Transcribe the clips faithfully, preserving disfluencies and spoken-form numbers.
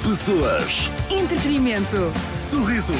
Pessoas, Entretenimento. sorrisos,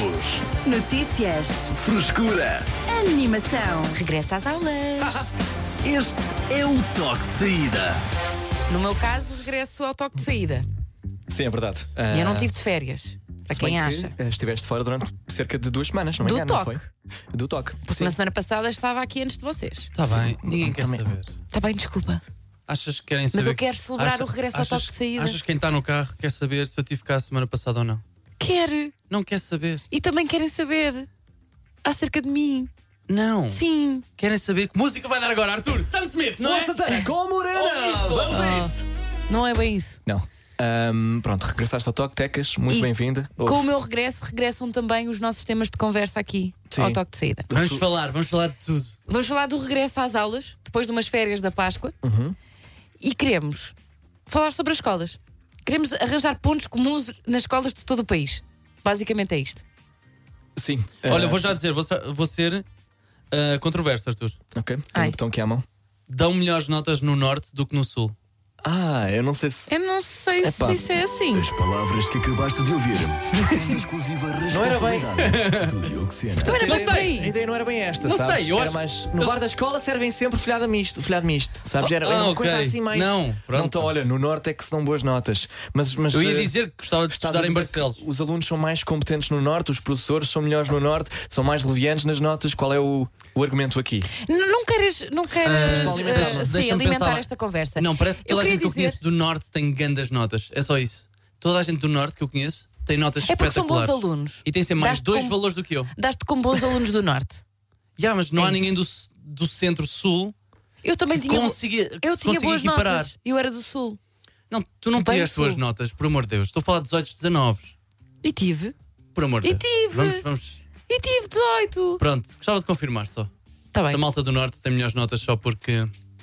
Notícias. frescura. Animação. Regressa às aulas. Este é o toque de saída. No meu caso, regresso ao toque de saída. Sim, é verdade. E eu não Ah, tive de férias. Para se bem quem que, acha. eh, estiveste fora durante cerca de duas semanas, não me Do engano, não toque. foi? Do toque. Porque Sim. na semana passada estava aqui antes de vocês. Está bem, ninguém quer também. saber. Está bem, desculpa. Achas que querem saber? eu quero celebrar o regresso ao achas- toque de saída. Achas que quem está no carro quer saber se eu tive cá a semana passada ou não? Quer. Não quer saber. E também querem saber acerca de mim. Não. Sim. Querem saber que música vai dar agora, Arthur? Sam Smith, não é? Santana, com a Morena! Oh, isso! Vamos a Ah. isso! Não é bem isso. Não. Ahm, pronto, regressaste ao toque, Tecas, muito E bem-vinda. Com o meu regresso, regressam também os nossos temas de conversa aqui Sim. ao toque de saída. Vamos falar, vamos falar de tudo. Vamos falar do regresso às aulas, depois de umas férias da Páscoa. Uhum. E queremos falar sobre as escolas. Queremos arranjar pontos comuns nas escolas de todo o país. Basicamente é isto. Sim. Olha, ah, vou já dizer, vou, ser- vou ser ah, controverso, Arthur. Ok, tem Ai. um botão aqui à mão. Dão melhores notas no norte do que no sul. Ah, eu não sei se. Eu não sei Epá. se isso é assim. As palavras que acabaste de ouvir são de exclusiva Não era bem. responsabilidade do Diogo Sena. Não era A bem ideia- por aí. A ideia não era bem esta, Não sabes? sei, eu Era acho- mais. No eu- bar da escola servem sempre folhado misto, folhado misto, sabes? Era era Ah, uma ok. coisa assim mais. Não, pronto. Não, então, olha, no norte é que se dão boas notas. Mas, mas Eu ia eh, dizer que gostava de estás a estudar em dizer que Barcelos. os alunos são mais competentes no norte, os professores são melhores no norte, são mais levianos nas notas. Qual é o, o argumento aqui? N- Não queres, não queres Estou a alimentar, eh, não? sim, Deixa-me alimentar pensar. esta conversa. Não, parece que Eu toda a queria gente que eu dizer- conheço do norte tem grandes notas. É só isso. Toda a gente do norte que eu conheço tem notas É porque são bons espetaculares. alunos. E tem sempre mais Dás-te dois com- valores do que eu. Dás-te com bons alunos do norte. Já, mas não É há isso. ninguém do, do centro-sul Eu também que tinha, bo- consiga, que eu se tinha consiga boas equiparar. notas. Eu era do sul. Não, tu não Bem tiveste sul. boas notas, por amor de Deus. Estou a falar de dezoito, dezanove. E tive. Por amor de E Deus. tive. Vamos, vamos. E tive dezoito. Pronto, gostava de confirmar só. Está Se bem. a malta do norte tem melhores notas só porque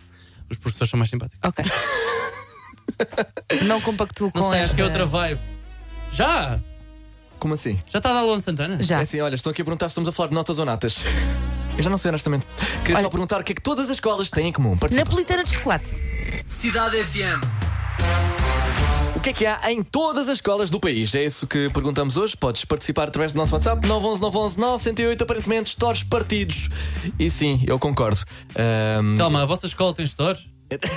os professores são mais simpáticos. Ok. Não compactuo Não com sei, esta... acho que é outra vibe. Já? Como assim? Já está a dar Alon Santana? Já. É assim, olha, estou aqui a perguntar se estamos a falar de notas ou natas. Eu já não sei, honestamente. Queria Olha- só perguntar o que é que todas as escolas têm em comum. Participa. Napolitana de chocolate. Cidade F M. O que é que há em todas as escolas do país? É isso que perguntamos hoje. Podes participar através do nosso WhatsApp nove um um nove um um nove zero oito. Aparentemente, stores partidos. E sim, eu concordo. Ahm, Calma, a vossa escola tem stores?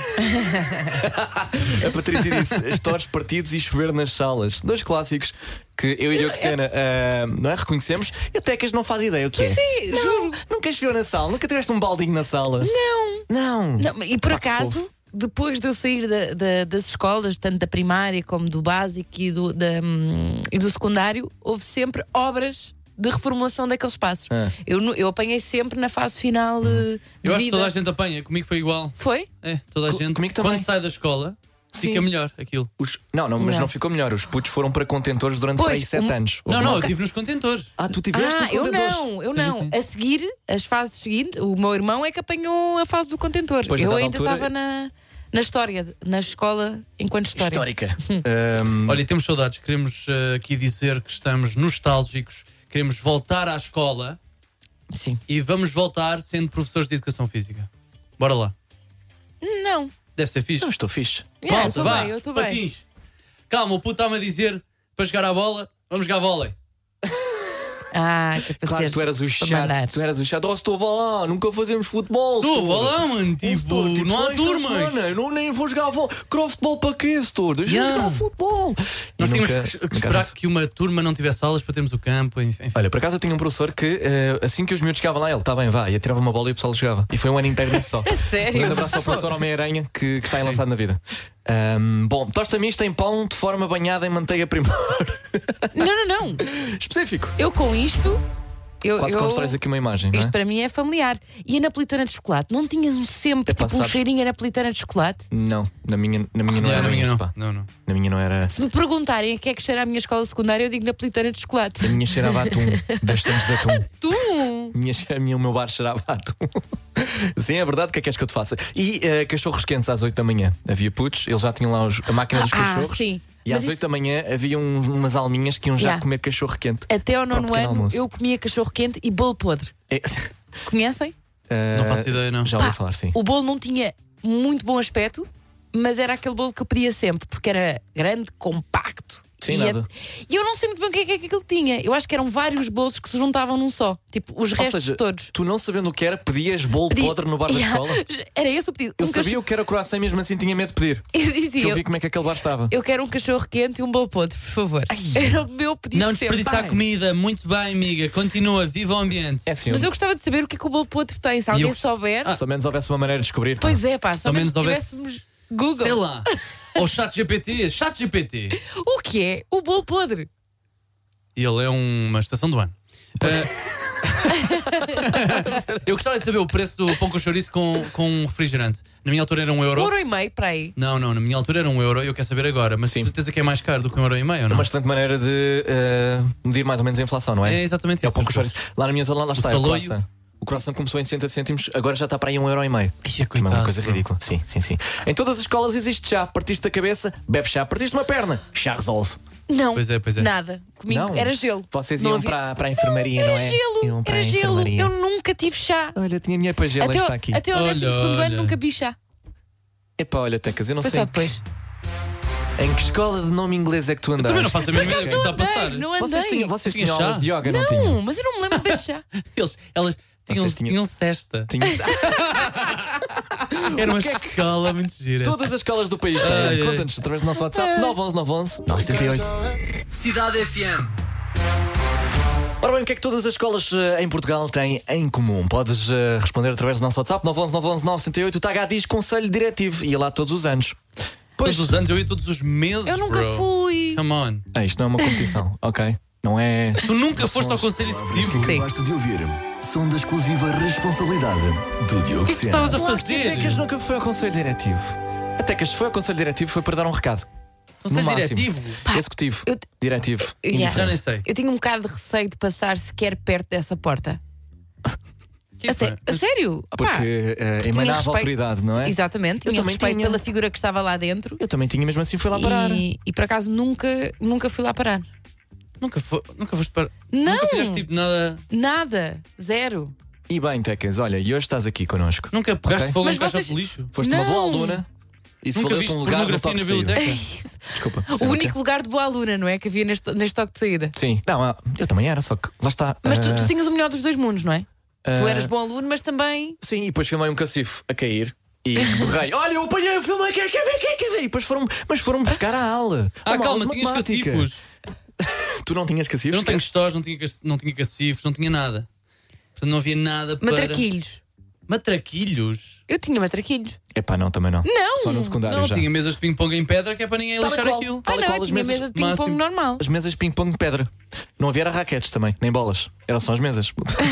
a Patrícia disse stores partidos e chover nas salas. Dois clássicos que eu e Diogo Sena ahm, não é? Reconhecemos. E até que não faz ideia o que é. Sim, Não, juro. Nunca choveu na sala? Nunca tiveste um baldinho na sala? Não. Não. Não, e por Pá, que acaso, fofo. depois de eu sair da- da- das escolas, tanto da primária como do básico e do, da, hum, e do secundário, houve sempre obras de reformulação daqueles espaços. Ah. Eu, nu- eu apanhei sempre na fase final eh, de Eu acho que vida. toda a gente apanha, comigo foi igual. Foi? É, toda a Co- gente. comigo também. Quando sai da escola, Sim. fica melhor aquilo. Os- Não, não, mas Não. não ficou melhor. Os putos foram para contentores durante Pois, para aí sete um- anos. Não, Houve não, uma- eu estive nos contentores. Ah, tu tiveste Ah, os eu contentores? não, eu Sim, não. sim. A seguir, as fases seguintes, o meu irmão é que apanhou a fase do contentor. Pois, a eu dada ainda altura- estava na, na história, na escola enquanto história. Histórica. Ahm, Olha, e temos saudades. Queremos eh, aqui dizer que estamos nostálgicos. Queremos voltar à escola Sim. e vamos voltar sendo professores de educação física. Bora lá. Não. Deve ser fixe. não estou fixe. Yeah, eu Malta, estou vá, bem, eu estou bem. patins. Calma, o puto está-me a dizer para jogar a bola, vamos jogar vôlei. Ah, que é para Claro, seres- tu eras o para chato. mandar. Tu eras o chato. Oh, estou vá lá, nunca fazemos futebol. Tu, setor. vá lá, mano, tipo, Setor, tipo, não só há esta turmas. semana, eu não, nem vou jogar futebol. Quero futebol para quê, setor? Deixa-me Yeah. jogar futebol. Nós E tínhamos nunca- que, que nunca esperar aconteceu. que uma turma não tivesse aulas para termos o campo, enfim. Olha, por acaso eu tinha um professor que eh, assim que os miúdos chegavam lá, ele está bem, vá, e atirava uma bola e o pessoal jogava. E foi um ano inteiro disso só. A sério? Um grande abraço ao professor Homem-Aranha que, que está aí lançado na vida. Ahm, bom, tosta mista em pão de forma banhada em manteiga primor. Não, não, não. Específico. Eu com isto. Eu, Quase eu, constróis aqui uma imagem, não é? Isto para mim é familiar. E a napolitana de chocolate? Não tinham sempre Epá, tipo um sabes- cheirinho a napolitana de chocolate? Não, na minha, na minha não Não, era na minha isso, não. pá. não, não. Na minha não era. Se me perguntarem a que é que cheira a minha escola secundária, eu digo napolitana de chocolate. A minha cheirava a atum, das santos de atum. Tu? A minha, a minha, o meu bar cheirava a atum. Sim, é verdade, o que é que queres que eu te faça? E eh, cachorros quentes às oito da manhã. Havia putos, eles já tinham lá os- a máquina dos Ah, cachorros. sim. E Mas às isso- oito da manhã havia um- umas alminhas que iam já Yeah. comer cachorro quente. Até ao Para o nono pequeno ano almoço. eu comia cachorro quente e bolo podre. É- Conhecem? Eh, Não faço ideia, não. Já ouvi Pá, falar, sim. O bolo não tinha muito bom aspecto, mas era aquele bolo que eu pedia sempre, porque era grande, compacto Sim, e, nada. é- e eu não sei muito bem o que é que é que aquilo tinha. Eu acho que eram vários bolsos que se juntavam num só. Tipo, os Ou restos seja, todos. tu não sabendo o que era, pedias bolo Pedi- podre no bar da Yeah. escola? Era esse o pedido. Eu Um sabia cachorro- o que era o croissant, mesmo assim tinha medo de pedir. Eu dizia, Que eu eu, vi como é que aquele bar estava. eu quero um cachorro quente e um bolo podre, por favor. Era o meu pedido Não sempre. desperdiçar Bem. comida, muito bem, amiga. Continua, viva o ambiente. É assim, Mas eu gostava de saber o que é que o bolo podre tem. Se alguém eu- souber. Ah, se ao menos houvesse uma maneira de descobrir. pá. Pois é, pá, só Ao menos se menos houvesse- tivéssemos Google. Sei lá. Ou chat G P T. Chat G P T. O que é o bolo podre? E ele é uma estação do ano. Eh, eu gostava de saber o preço do pão com chouriço com, com um refrigerante. Na minha altura era um euro. Um euro e meio para aí. Não, não, na minha altura era um euro e eu quero saber agora. Mas Sim. de certeza que é mais caro do que um euro e meio, ou É não? uma excelente maneira de eh, medir mais ou menos a inflação, não é? É exatamente É o isso. pão com chouriço. Lá na minha zona, lá está. é o saloio. croissant. O croissant começou em sessenta cêntimos, agora já está para aí um euro e meio. Ai, é Também é coitado, uma coisa bro. ridícula. Sim, sim, sim. Em todas as escolas existe chá. Partiste da cabeça, bebe chá. Partiste uma perna, chá resolve. Não. Pois é, pois é. Nada. Comigo Não. era gelo. Vocês Não iam havia- para, para a enfermaria, Era não é? gelo. Iam para Era a gelo. enfermaria. Eu nunca tive chá. Olha, tinha dinheiro para gelo, Até, está o- aqui. até o Olha, décimo segundo olha. ano nunca vi chá. Epá, olha, Tecas, eu não Foi sei só depois. em que escola de nome inglês é que tu andaste. Também não faço a mínima ideia do que está a passar. Não andei. Vocês tinham, vocês Tinha tinham chá? aulas de yoga, não, Não, tinham? mas eu não me lembro de beber chá. Eles, elas tinham, Vocês tinham- tinham cesta. Tinham... Era uma escola muito gira. Todas as escolas do país Ai, têm. ai. Conta-nos através do nosso WhatsApp nove um um nove um um nove sete oito. Cidade F M. Ora bem, o que é que todas as escolas eh, em Portugal têm em comum? Podes eh, responder através do nosso WhatsApp nove um um nove um nove sete oito. O T H diz Conselho Diretivo. Ia lá todos os anos. Todos os anos, eu ia todos os meses. Eu nunca bro. fui. Come on. Ah, isto não é uma competição, ok? Não é. Tu nunca foste ao conselho Palavras que executivo. Sim. acabaste de ouvir são da exclusiva responsabilidade do Diogo O que é que Sena. estavas a Claro que a fazer? Tecas nunca foi ao Conselho Diretivo. A Tecas foi ao Conselho Diretivo foi para dar um recado. Conselho No máximo. diretivo? Executivo. eu- Diretivo. Yeah. Já indiferente. nem sei. Eu tinha um bocado de receio de passar sequer perto dessa porta. Que A, sé- foi? a sério? Opá, Porque eh, tinha emanava respeito. autoridade, não é? Exatamente, Eu tinha também respeito tinha. pela figura que estava lá dentro. Eu também tinha, mesmo assim fui lá parar. E, e por acaso nunca, nunca fui lá parar. Nunca, fo nunca foste para. Não! Nunca fizeste tipo nada. Nada, zero. E bem, Tecas, olha, e hoje estás aqui connosco. Nunca pegaste Ok. fogo Mas em caixa vocês- de lixo. Foste uma Não. boa aluna. Isso Nunca valeu-te viste um lugar no pornografia toque na de saída. biblioteca. Desculpa. O Sim, único ok. lugar de boa aluna, não é? Que havia neste, neste toque de saída. Sim. Não, ah, eu também era, só que lá está. Mas tu, ah, tu tinhas o melhor dos dois mundos, não é? Tu ah, eras bom aluno, mas também. Sim, e depois filmei um cacifo a cair. E borrei, olha, eu apanhei o filme, quer, quer ver, quer, quer ver. E depois foram, mas foram buscar a aula. Ah, Uma aula calma, de tinhas matemática. cacifos. Tu não tinhas cacifos? Eu não tenho gestores, não tinha, cas- não tinha cacifos, não tinha nada. Portanto, não havia nada para. Matraquilhos. Matraquilhos? Eu tinha matraquilhos. Epá, não, também não. Não! Só no secundário Não, já. tinha mesas de ping-pong em pedra que é para ninguém Tal e lixar qual. aquilo. Tal Ah, e não, qual eu as tinha mesas mesa de ping-pong máximo. normal. As mesas de ping-pong de pedra. Não havia raquetes também, nem bolas. Eram só as mesas.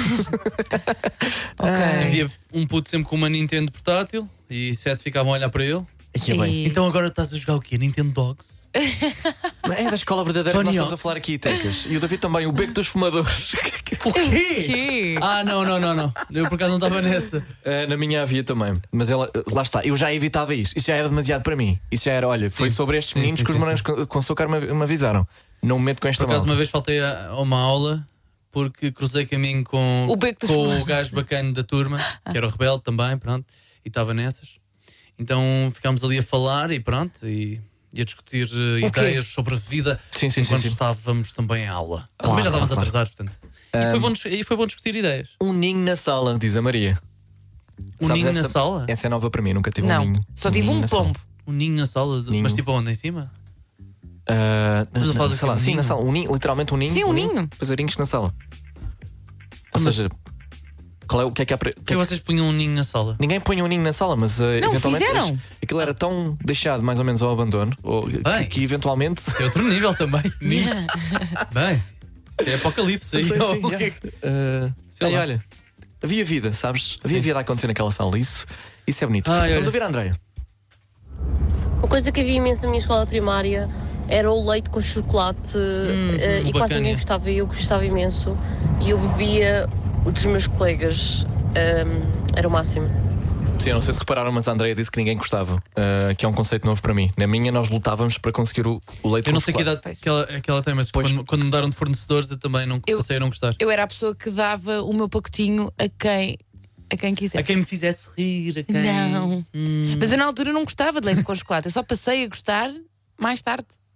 Ok. Havia um puto sempre com uma Nintendo portátil e sete ficavam a olhar para ele. Ia bem. E- Então agora estás a jogar o quê? Nintendo Dogs? É da escola verdadeira que nós Tony estamos Hawk. a falar aqui, Tecas. E o David também, o beco dos fumadores. O quê? Que? Ah, não, não, não, não. Eu por acaso não estava nessa. Ah, na minha havia também. Mas ela, lá está, eu já evitava isso. Isso já era demasiado para mim. Isso já era, olha, foi Sim. sobre estes Sim, meninos sim, que os sim, morangos com, com açúcar me, me avisaram. Não me meto com esta Por acaso malta. uma vez faltei a, a uma aula porque cruzei caminho com O beco dos com o fumadores. gajo bacana da turma, que era o rebelde também, pronto, e estava nessas. Então ficámos ali a falar e pronto, e, e a discutir eh, O quê? ideias sobre a vida Sim, sim, enquanto sim, sim. estávamos também em aula. Claro, Mas já estávamos claro, atrasados, portanto. E, foi bom, dis- e foi bom discutir ideias. Um ninho na sala, diz a Maria. Um Sabes, ninho na essa- sala? Essa é nova para mim, nunca tive um Não, ninho. só tive ninho um na sala. pombo. Um ninho na sala, de- Ninho. mas tipo onde? Em cima? Ah, Estamos a falar sei de lá, quê? Um sim, na ninho? sala. Um ninho, literalmente um ninho. Sim, um ninho. Passarinhos na sala. Ou Mas- seja, qual é o que é que há para. o que Por que é que- vocês punham um ninho na sala? Ninguém põe um ninho na sala, mas uh, Não, eventualmente fizeram. as- aquilo era tão deixado mais ou menos ao abandono ou, que, Bem. que eventualmente. É outro nível também. Ninho. Bem, isso é apocalipse aí. Sim, ou sim, o já. que é que- Uh, Sei aí, lá. olha, havia vida, sabes? Havia vida a acontecer naquela sala. Isso, isso é bonito. Ai, Vamos olha. ouvir a Andreia. Uma coisa que havia imenso na minha escola primária era o leite com chocolate eh, e quase bacana. ninguém gostava e eu gostava imenso e eu bebia o dos meus colegas, ehm, era o máximo. Sim, eu não sei se repararam, mas a Andreia disse que ninguém gostava, uh, que é um conceito novo para mim. Na minha, nós lutávamos para conseguir o, o leite Eu com não sei que chocolate. idade que ela, que ela tem, mas Pois. quando, quando mudaram de fornecedores eu também não Eu- passei a não gostar. Eu era a pessoa que dava o meu pacotinho a quem, a quem quisesse. A quem me fizesse rir, a quem. Não. Hum. Mas eu na altura não gostava de leite com chocolate. Eu só passei a gostar mais tarde,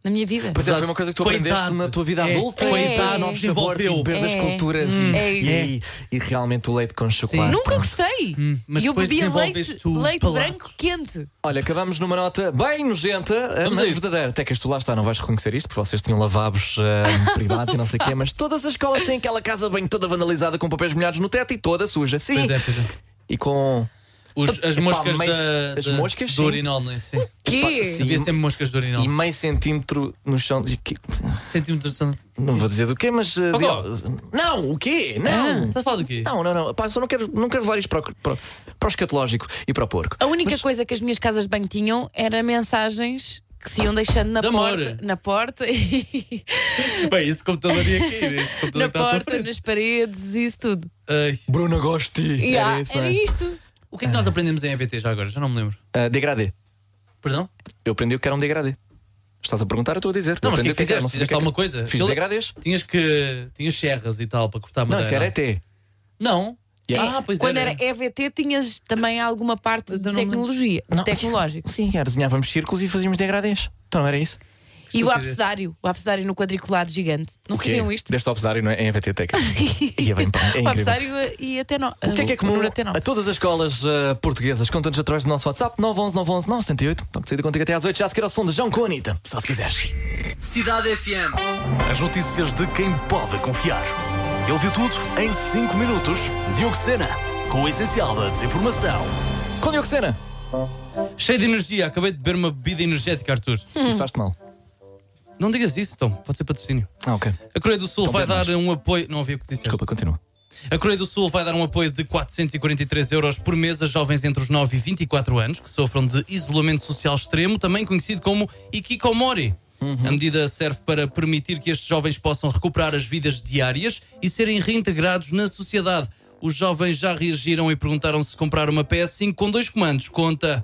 na minha vida. Pois é, foi uma coisa que tu Com a aprendeste idade. na tua vida É, adulta. com a É, idade, é. Novos sabores e beber das É. culturas Hum. e, É e, e, e realmente o leite com chocolate. Nunca pronto. gostei. Hum, mas e eu depois bebia desenvolveste leite, o leite palato. branco quente. Olha, acabamos numa nota bem nojenta, Vamos a mas isso. verdadeira. Até que tu lá está, não vais reconhecer isto, porque vocês tinham lavabos ah, privados e não sei o quê, mas todas as escolas têm aquela casa bem toda vandalizada com papéis molhados no teto e toda suja, sim. Pois é, pois é. E com. Os- as Epá, moscas meio- da, as da- moscas, do sim. urinol, não é? Sim. Que? Sim. Havia sempre moscas do urinol. E meio centímetro no chão. de- que- Centímetros de... Não vou dizer do quê, mas. ah, Oh, de- Não, o quê? Ah. Não! Estás a falar do quê? Não, não, não. Pá, só não quero, não quero levar isto para o, para, o- para o escatológico e para o porco. A única Mas- coisa que as minhas casas de banho tinham era mensagens que se iam deixando na De amor. porta, na porta, e Bem, esse computador ia cair. Esse computador na está à tua porta, frente. nas paredes e isso tudo. Ai. Bruno Agosti. E, Era ah, isso, era não é? isto. O que é que nós aprendemos em E V T já agora? Já não me lembro. Ah, degradê. Perdão? Eu aprendi o que era um degradê. Estás a perguntar, eu estou a dizer. Não, Eu mas o que aprendi é que era, fizeste? não sei o Fizeste que é que- alguma coisa? Fiz Eu- degradês? Tinhas que. Tinhas serras e tal para cortar Não, madeira. isso era E T. Não. Yeah. Ah, pois Quando era. era E V T tinhas também alguma parte Mas de eu não me lembro. tecnologia, Não. tecnológico. Sim, era, desenhávamos círculos e fazíamos degradês. Então não era isso? E o estupidez. abecedário, o abecedário no quadriculado gigante. Não O quê? faziam isto? Deste obsedário, não é? Em E V T Tech. E é bem, pá, é O incrível. abecedário e até não. O que é que é comum até não. a todas as escolas uh, portuguesas? Conta-nos através do nosso WhatsApp nove um um nove um um nove sete oito. Toque de saída contigo até às oito. Já a seguir ao som de João com a Anitta, só se quiseres. Cidade F M. As notícias de quem pode confiar. Ele viu tudo em cinco minutos. Diogo Sena, com o essencial da desinformação. Com Diogo Sena. Cheio de energia. Acabei de beber uma bebida energética, Arthur. Isso faz-te mal. Não digas isso, Tom. Pode ser patrocínio. Ah, ok. A Coreia do Sul Então vai bebe dar mais. um apoio. Não ouvi o que disseste. Desculpa, continua. A Coreia do Sul vai dar um apoio de quatrocentos e quarenta e três euros por mês a jovens entre os nove e vinte e quatro anos que sofram de isolamento social extremo, também conhecido como Hikikomori. A medida serve para permitir que estes jovens possam recuperar as vidas diárias e serem reintegrados na sociedade. Os jovens já reagiram e perguntaram se comprar uma P S cinco com dois comandos conta.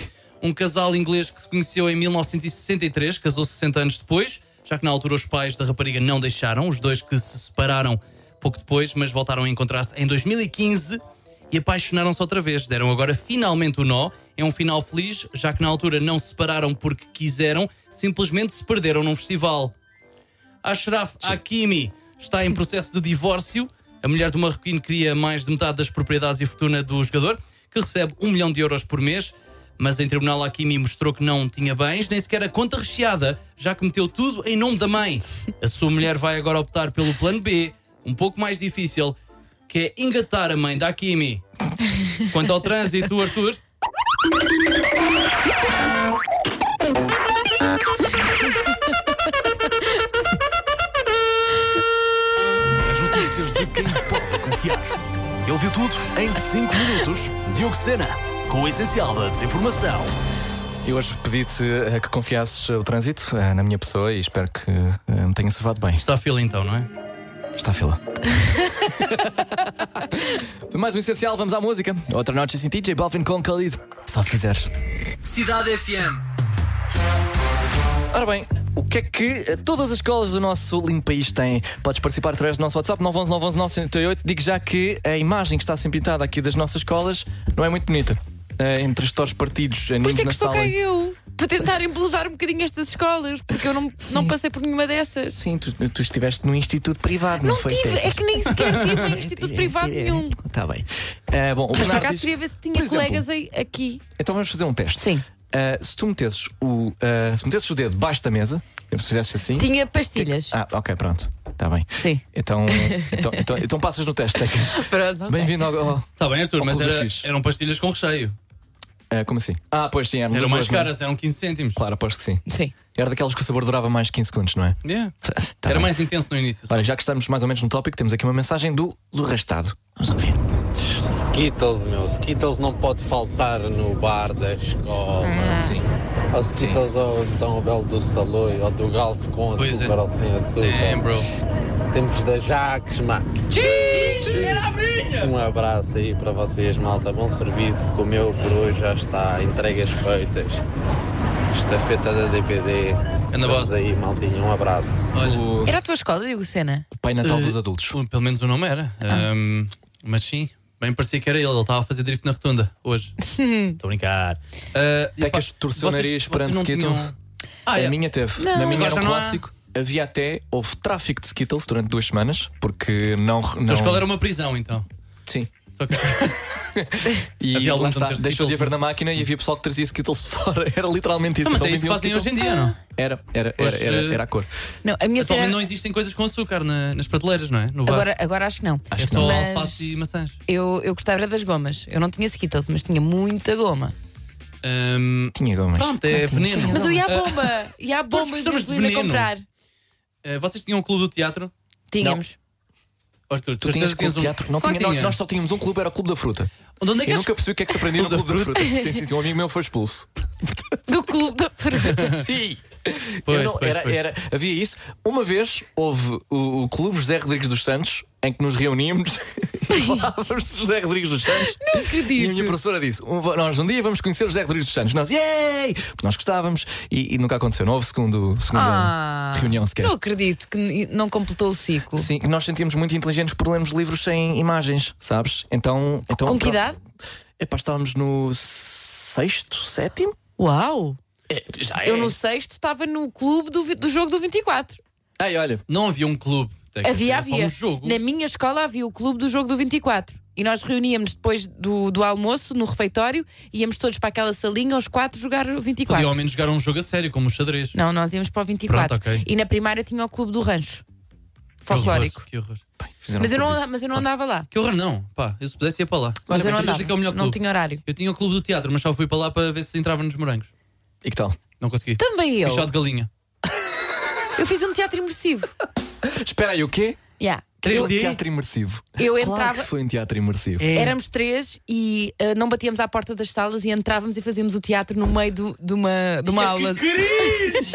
Um casal inglês que se conheceu em mil novecentos e sessenta e três casou-se sessenta anos depois, já que na altura os pais da rapariga não deixaram, os dois que se separaram pouco depois, mas voltaram a encontrar-se em dois mil e quinze e apaixonaram-se outra vez. Deram agora finalmente o nó. É um final feliz, já que na altura não se separaram porque quiseram, simplesmente se perderam num festival. Ashraf Hakimi está em processo de divórcio. A mulher do marroquino queria mais de metade das propriedades e fortuna do jogador, que recebe um milhão de euros por mês. Mas em tribunal Hakimi mostrou que não tinha bens, nem sequer a conta recheada, já que meteu tudo em nome da mãe. A sua mulher vai agora optar pelo plano B, um pouco mais difícil, que é engatar a mãe da Hakimi. Quanto ao trânsito, Arthur... As notícias de quem pode confiar. Ele viu tudo em cinco minutos. Diogo Sena, com o essencial da desinformação. Eu hoje pedi-te eh, que confiasses o trânsito eh, na minha pessoa e espero que eh, me tenha salvado bem. Está a fila então, não é? Está a fila. Mais um essencial, vamos à música. Outra noite assim, D J Balvin com Khalid. Só se quiseres. Cidade F M. Ora bem, o que é que eh, todas as escolas do nosso lindo país têm? Podes participar através do nosso WhatsApp nove um um nove um nove sete oito. Digo já que a imagem que está sempre pintada aqui das nossas escolas não é muito bonita. Eh, entre os tores partidos, Por animes isso é que na estou sala. cá eu, para tentar embelezar um bocadinho estas escolas, porque eu não, não passei por nenhuma dessas. Sim, tu, tu estiveste num instituto privado, não, Não foi? tive, Tecas? é que nem sequer tive em instituto privado nenhum. Está bem. Eh, bom, o Mas por Bernardo acaso diz- queria ver se tinha por exemplo, colegas aí, aqui. Então vamos fazer um teste. Sim. Uh, se tu metesses o, uh, se metesses o dedo debaixo da mesa, se fizesse assim. Tinha pastilhas. Ah, ok, pronto. Está bem. Sim. Então, então, então, então passas no teste, Tecas. Pronto, ok. Bem-vindo ao. ao- Está bem, Arthur, Ao mas Clube era- dos Fixe. eram pastilhas com recheio. uh, como assim? Ah, pois sim, eram Eram das mais duas, não é? caras, eram quinze cêntimos. Claro, aposto que sim. Sim. Era daquelas que o sabor durava mais de quinze segundos, não é? Yeah. Tá Era bem. mais intenso no início. Olha, já que estamos mais ou menos no tópico, temos aqui uma mensagem do, do Rastado. Vamos ouvir. Skittles, meu. Skittles não pode faltar no bar da escola. Sim. Ou Skittles ou então o belo do Saloi ou do Galfo com Pois açúcar é. ou sem açúcar. Damn, bro. Tempos da Jaques, mano. Era a minha! Um abraço aí para vocês, malta. Bom serviço. O meu por hoje já está. Entregas feitas. Estafeta da D P D. Anda, Vamos boss. aí, maltinha. Um abraço. Olha, O Era a tua escola, Diogo Sena? Pai Natal Uh, dos Adultos. o- pelo menos o nome era. Ahm, mas sim, bem parecia que era ele. Ele estava a fazer drift na rotunda hoje. Estou a brincar. Uh, e, Tecas pá, torceu o vocês- nariz vocês perante não Skittles. tinham- Ah, a é. minha teve. Não. Na minha Agora era um já não há. clássico. Havia até, houve tráfico de Skittles durante duas semanas, porque não. A não... escola era uma prisão, então. Sim. Só que... E Havia algum lá que está, meter deixou de Skittles haver na máquina e havia pessoal que trazia Skittles de fora. Era literalmente isso. Não, mas Então é isso que vendiam fazem Skittles. hoje em dia, não? Era, era, era, Hoje, era, era a cor. Não, a minha cena. Atualmente não existem coisas com açúcar na- nas prateleiras, não é? No bar. Agora, agora acho que não. é que só não. alface e maçãs. Eu, eu gostava das gomas. Eu não tinha Skittles, mas tinha muita goma. Hum, Tinha gomas. pronto, é veneno. Mas eu ia à Ah, bomba! Ia à bomba e gostamos de gasolina veneno. comprar. ah, vocês tinham um clube do teatro? Tínhamos. Arthur, Tu tinhas clube de um... teatro? Não Claro tinha, que nós, nós só tínhamos um clube, era o Clube da Fruta. Onde é que Eu és- nunca percebi o que é que se aprendia no Clube da Fruta. Sim, sim, sim. Um amigo meu foi expulso. Do clube da fruta. Sim. Pois, Eu não- pois, era, pois. era- havia isso. Uma vez houve o, o Clube José Rodrigues dos Santos, em que nos reuníamos e falávamos de José Rodrigues dos Santos. Não acredito. E a minha professora disse: um, nós um dia vamos conhecer o José Rodrigues dos Santos. Nós, yay! Porque nós gostávamos e, e nunca aconteceu. Não houve segundo, segunda Ah, reunião sequer. não acredito que n- não completou o ciclo. Sim, que nós sentíamos muito inteligentes por lermos livros sem imagens, sabes? Então, então Com que pronto. idade? Epá, estávamos no sexto, sétimo? Uau! É, já é. Eu no sexto estava no clube do, vi- do jogo do vinte e quatro. Ai, olha, Não havia um clube. Tem que Havia, ser só havia. Um jogo. Na minha escola havia o clube do jogo do vinte e quatro. E nós reuníamos depois do, do almoço no refeitório, íamos todos para aquela salinha, os quatro, jogar o vinte e quatro. Podia ao menos jogar um jogo a sério, como o xadrez. Não, nós íamos para o vinte e quatro. Pronto, ok. E na primária tinha o clube do rancho. Que horror, Folclórico. Que horror. fizeram Mas eu, tudo não, isso. mas eu não andava lá. Que horror, não. Pá, eu se pudesse ia para lá. Mas eu não Olha, andava. esse é que é o melhor Não clube. tinha horário. Eu tinha o clube do teatro, mas só fui para lá para ver se entrava nos morangos. E que tal? Não consegui. Também eu. Fiz só de galinha. Eu fiz um teatro imersivo. Espera aí, o quê? Yeah. Um Eu, teatro imersivo. eu Claro entrava. que foi um teatro imersivo. Éramos três e uh, não batíamos à porta das salas e entrávamos e fazíamos o teatro no meio do- de uma, de uma aula. Que querido!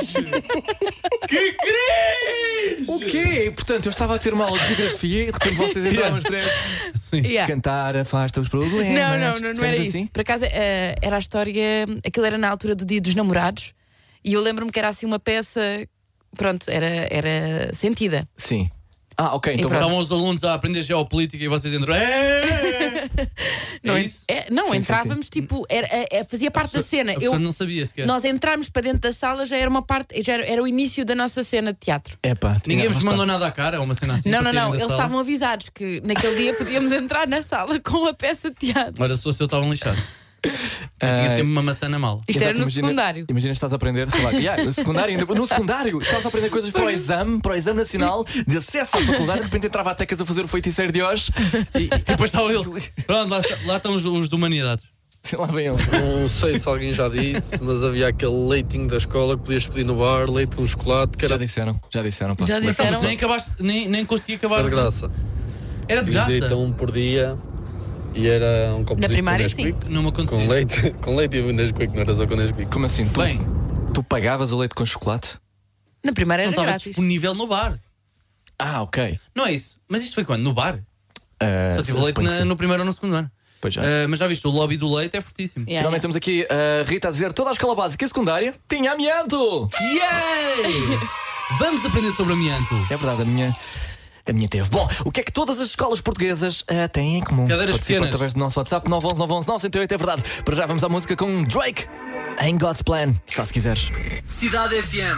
Que querido! O quê? Portanto, eu estava a ter uma aula de geografia e de repente vocês entraram os três. Sim. Yeah. Cantar afasta os problemas. Não, não, não, não era Cenas isso. assim? Por acaso uh, era a história. Aquilo era na altura do Dia dos Namorados e eu lembro-me que era assim uma peça. Pronto, era, era sentida. Sim. Ah, ok. Então pronto. Estavam os alunos a aprender geopolítica e vocês entram. É! Não, é en- isso? é- não Sim, sim, entrávamos tipo. Era, é- é- fazia parte da cena. A Eu, pessoa não sabia sequer. nós entrarmos para dentro da sala já era uma parte. Já era, era o início da nossa cena de teatro. Epá, tinha- Ninguém lá vos está. mandou nada à cara, uma cena assim. não, para não, não. saírem da Eles sala? estavam avisados que naquele dia podíamos entrar na sala com a peça de teatro. Olha, se fosse eu, estavam lixados. Eu tinha Ah, sempre uma maçã na mala. Isto Exato, era no imagina- secundário. Imagina que estás a aprender, sei lá, yeah, no secundário, ainda- no secundário, estás a aprender coisas para o exame, para o exame nacional, de acesso à faculdade, de repente entrava a Tecas a fazer o feiticeiro de Oz e, E depois estava ele. Pronto, lá, está- lá estão os, os de humanidades. e lá vem ele. Não sei se alguém já disse, mas havia aquele leitinho da escola que podias pedir no bar, leite com chocolate, que Já era disseram, já disseram. Pá. Já Leite disseram. com Mas nem, acabaste, nem, nem consegui acabar. de graça. Era de graça. Direito a um por dia e era um copo Na de primária, Nesquik Não me acontecia. com leite, com leite e Nesquik, não era só com Nesquik. Como assim? Tu, Bem, tu pagavas o leite com chocolate? Na primeira não era estava grátis. disponível no bar. Ah, ok. Não é isso. Mas isto foi quando? No bar? Uh, Só tive leite na- no primeiro ou no segundo ano. Pois já. Ah, mas já viste, o lobby do leite é fortíssimo. Yeah, Finalmente yeah. temos aqui a Rita a dizer toda a escola básica e secundária tinha amianto! Yay! Vamos aprender sobre amianto. É verdade, a minha. A minha teve. Bom, o que é que todas as escolas portuguesas ah, têm em comum? Cadeiras Participa pequenas. através do nosso WhatsApp nove um um nove um um nove zero oito, é verdade. Para já vamos à música com Drake em God's Plan, só se quiseres. Cidade F M.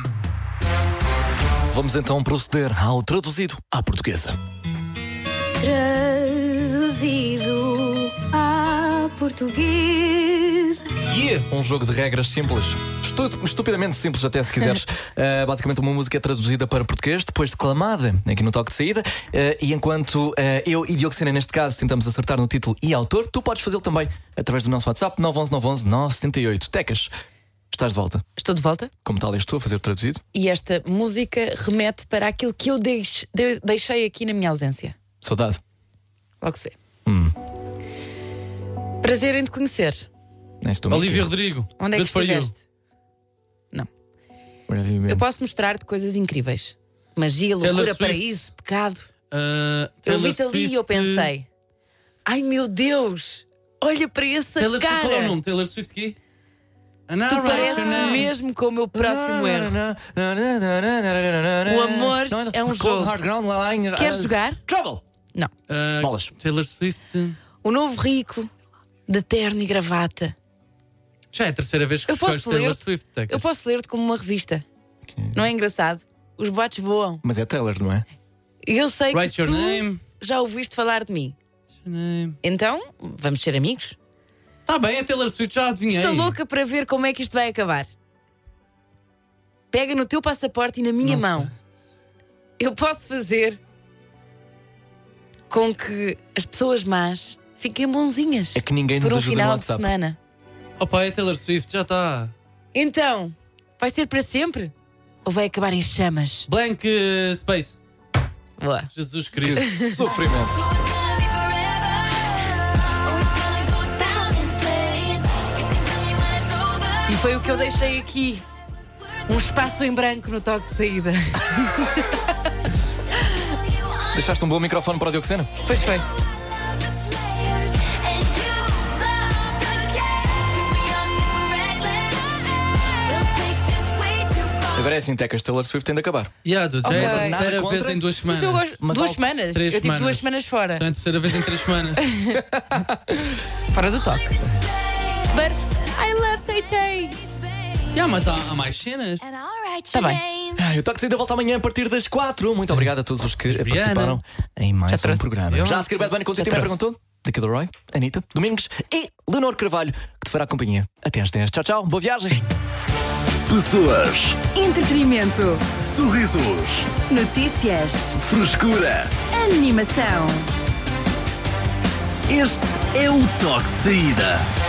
Vamos então proceder ao traduzido à portuguesa. Traduzido a português. Yeah! Um jogo de regras simples, estu- estupidamente simples até se quiseres. Uh, basicamente uma música traduzida para português, depois declamada aqui no toque de saída. Uh, e enquanto uh, eu e Diogo Sena, neste caso, tentamos acertar no título e autor, tu podes fazê-lo também através do nosso WhatsApp nove um um nove um um nove sete oito. Tecas, estás de volta. Estou de volta Como tal, és tu a fazer o traduzido? e esta música remete para aquilo que eu deix- de- deixei aqui na minha ausência. Saudade. Logo sei. Hum. Prazer em te conhecer. És tu, Olivia Miquel. Rodrigo. Onde é que Good for you. estiveste? Não. Where have you been? Eu posso mostrar-te coisas incríveis. Magia, Taylor loucura, Swift. paraíso, pecado. Ah, Eu Taylor vi-te ali Swift, e eu pensei: ai meu Deus, olha para essa Taylor Swift, qual é o cara. nome? Taylor Swift quê? And I Tu write pareces your name. mesmo com o meu próximo erro. O amor é um jogo. Queres jogar? Trouble! Não. Ah, Bolas. Taylor Swift. O novo rico de terno e gravata Já é a terceira vez que Eu escolhes posso Taylor ler-te Swift, Tecas. eu posso ler-te como uma revista. Não é engraçado? Os boatos voam. Mas é Taylor, não é? E eu sei Write que your tu name. já ouviste falar de mim. Então, vamos ser amigos? Está bem, a Taylor Swift já adivinhei. Estou louca para ver como é que isto vai acabar. Pega no teu passaporte e na minha Nossa. mão. Eu posso fazer com que as pessoas más fiquem bonzinhas É que ninguém nos por um ajuda no final de WhatsApp. semana. Opa, é Taylor Swift, já está. Então, vai ser para sempre? Ou vai acabar em chamas? Blank uh, Space. Boa. Jesus Cristo. Que sofrimento. E foi o que eu deixei aqui. Um espaço em branco no toque de saída. Deixaste um bom microfone para o Dioxena? Pois foi. Agora é assim, Tecas, Taylor Swift tem de acabar. Yeah, dude, já Ok. é a terceira Nada contra, vez em duas Mas eu semanas. gosto. Mas duas ao- semanas. três eu tive semanas. duas semanas fora. Então é a terceira vez em três semanas. Fora do toque. But I love Tay Tay. yeah, mas há, há mais cenas. Tá bem. Ah, o Toque de Saída volta amanhã a partir das quatro. Muito obrigado a todos os que Adriana. participaram em mais Já um trouxe. programa. Eu? Já a seguir, Bad Bunny com o Já Titina trouxe. perguntou. The Killer Roy, Anitta, Domingos e Leonor Carvalho, que te fará companhia até às dez. Tchau, tchau. Boa viagem. Pessoas, Entretenimento. sorrisos, Notícias. frescura. Animação. Este é o Toque de Saída.